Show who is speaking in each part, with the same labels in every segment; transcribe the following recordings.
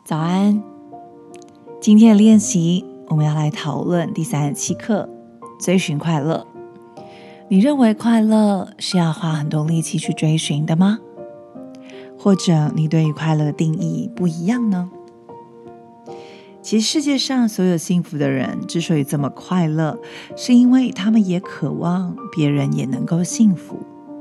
Speaker 1: 早安，今天的练习我们要来讨论第37课，追寻快乐。你认为快乐是要花很多力气去追寻的吗？或者你对于快乐的定义不一样呢？其实世界上所有幸福的人之所以这么快乐，是因为他们也渴望别人也能够幸福。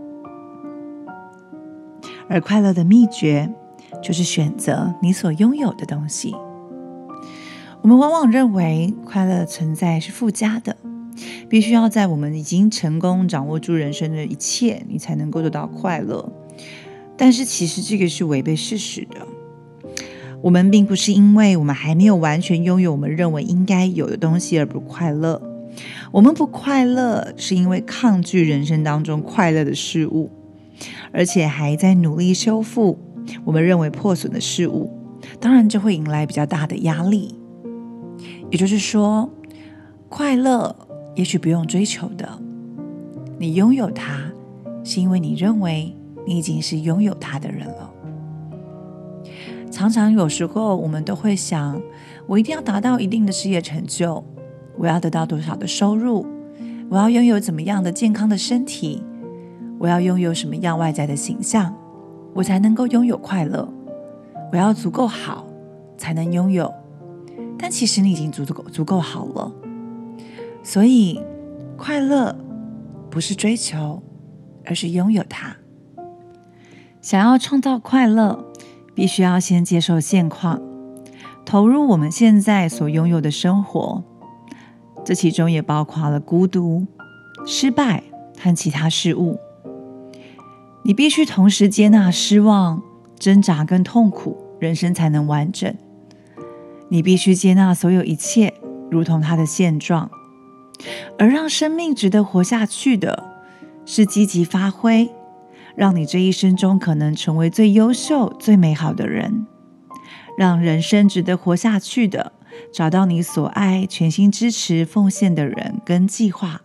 Speaker 1: 而快乐的秘诀就是选择你所拥有的东西。我们往往认为快乐的存在是附加的，必须要在我们已经成功掌握住人生的一切，你才能够得到快乐。但是其实这个是违背事实的。我们并不是因为我们还没有完全拥有我们认为应该有的东西而不快乐。我们不快乐是因为抗拒人生当中快乐的事物，而且还在努力修复我们认为破损的事物，当然就会迎来比较大的压力。也就是说，快乐也许不用追求的，你拥有它是因为你认为你已经是拥有它的人了。常常有时候我们都会想，我一定要达到一定的事业成就，我要得到多少的收入，我要拥有怎么样的健康的身体，我要拥有什么样外在的形象，我才能够拥有快乐，我要足够好才能拥有。但其实你已经足够好了。所以快乐不是追求，而是拥有它。想要创造快乐，必须要先接受现况，投入我们现在所拥有的生活。这其中也包括了孤独、失败和其他事物。你必须同时接纳失望、挣扎跟痛苦，人生才能完整。你必须接纳所有一切如同它的现状，而让生命值得活下去的是积极发挥，让你这一生中可能成为最优秀、最美好的人。让人生值得活下去的，找到你所爱、全心支持、奉献的人跟计划。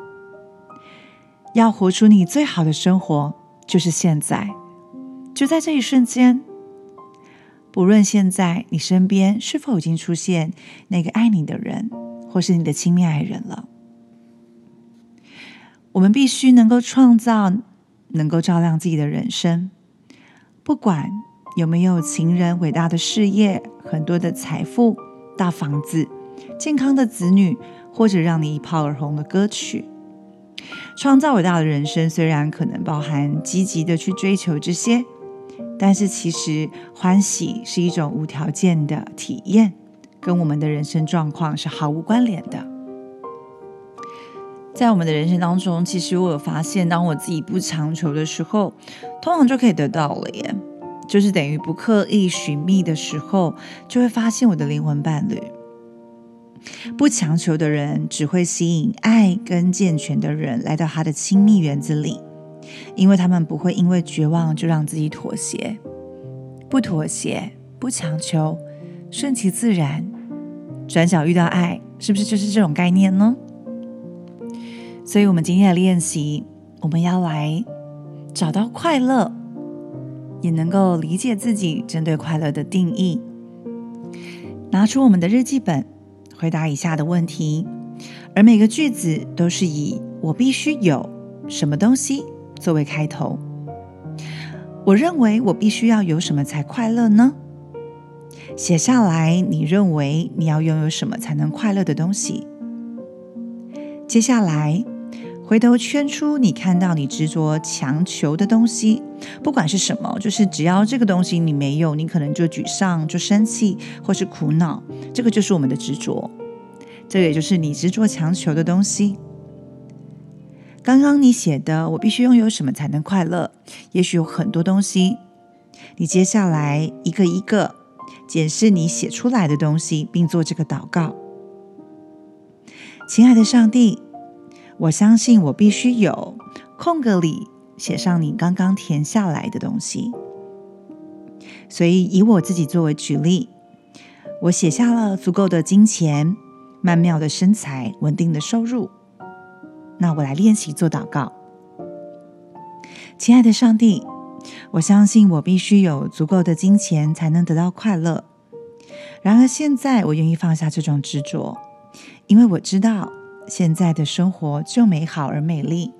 Speaker 1: 要活出你最好的生活，就是现在，就在这一瞬间。不论现在你身边是否已经出现那个爱你的人，或是你的亲密爱人了，我们必须能够创造，能够照亮自己的人生。不管有没有情人、伟大的事业、很多的财富、大房子、健康的子女，或者让你一炮而红的歌曲，创造伟大的人生虽然可能包含积极的去追求这些，但是其实欢喜是一种无条件的体验，跟我们的人生状况是毫无关联的。在我们的人生当中，其实我有发现，当我自己不强求的时候，通常就可以得到了耶。就是等于不刻意寻觅的时候，就会发现我的灵魂伴侣。不强求的人只会吸引爱跟健全的人来到他的亲密园子里，因为他们不会因为绝望就让自己妥协。不妥协，不强求，顺其自然，转角遇到爱，是不是就是这种概念呢？所以我们今天的练习，我们要来找到快乐，也能够理解自己针对快乐的定义。拿出我们的日记本，回答以下的问题，而每个句子都是以我必须有什么东西作为开头。我认为我必须要有什么才快乐呢？写下来你认为你要拥有什么才能快乐的东西。接下来回头圈出你看到你执着强求的东西，不管是什么，就是只要这个东西你没有，你可能就沮丧、就生气或是苦恼，这个就是我们的执着，这个也就是你执着强求的东西。刚刚你写的我必须拥有什么才能快乐，也许有很多东西，你接下来一个一个检视你写出来的东西，并做这个祷告。亲爱的上帝，我相信我必须有，空格里写上你刚刚填下来的东西。所以以我自己作为举例，我写下了足够的金钱、曼妙的身材、稳定的收入。那我来练习做祷告。亲爱的上帝，我相信我必须有足够的金钱才能得到快乐。 然而现在我愿意放下这种执着，因为我知道现在的生活就美好而美丽。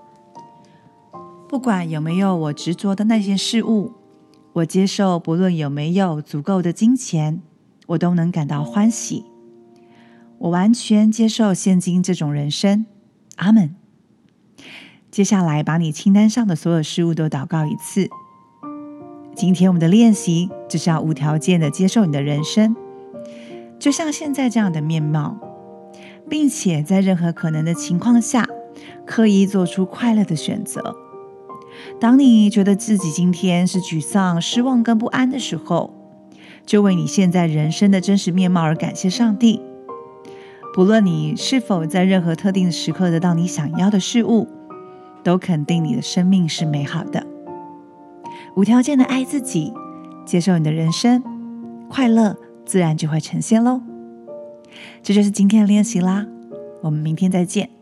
Speaker 1: 不管有没有我执着的那些事物，我接受不论有没有足够的金钱，我都能感到欢喜。我完全接受现今这种人生。阿们。接下来把你清单上的所有事物都祷告一次。今天我们的练习就是要无条件的接受你的人生，就像现在这样的面貌，并且在任何可能的情况下，刻意做出快乐的选择。当你觉得自己今天是沮丧、失望跟不安的时候，就为你现在人生的真实面貌而感谢上帝。不论你是否在任何特定的时刻得到你想要的事物，都肯定你的生命是美好的。无条件的爱自己，接受你的人生，快乐自然就会呈现咯。这就是今天的练习啦，我们明天再见。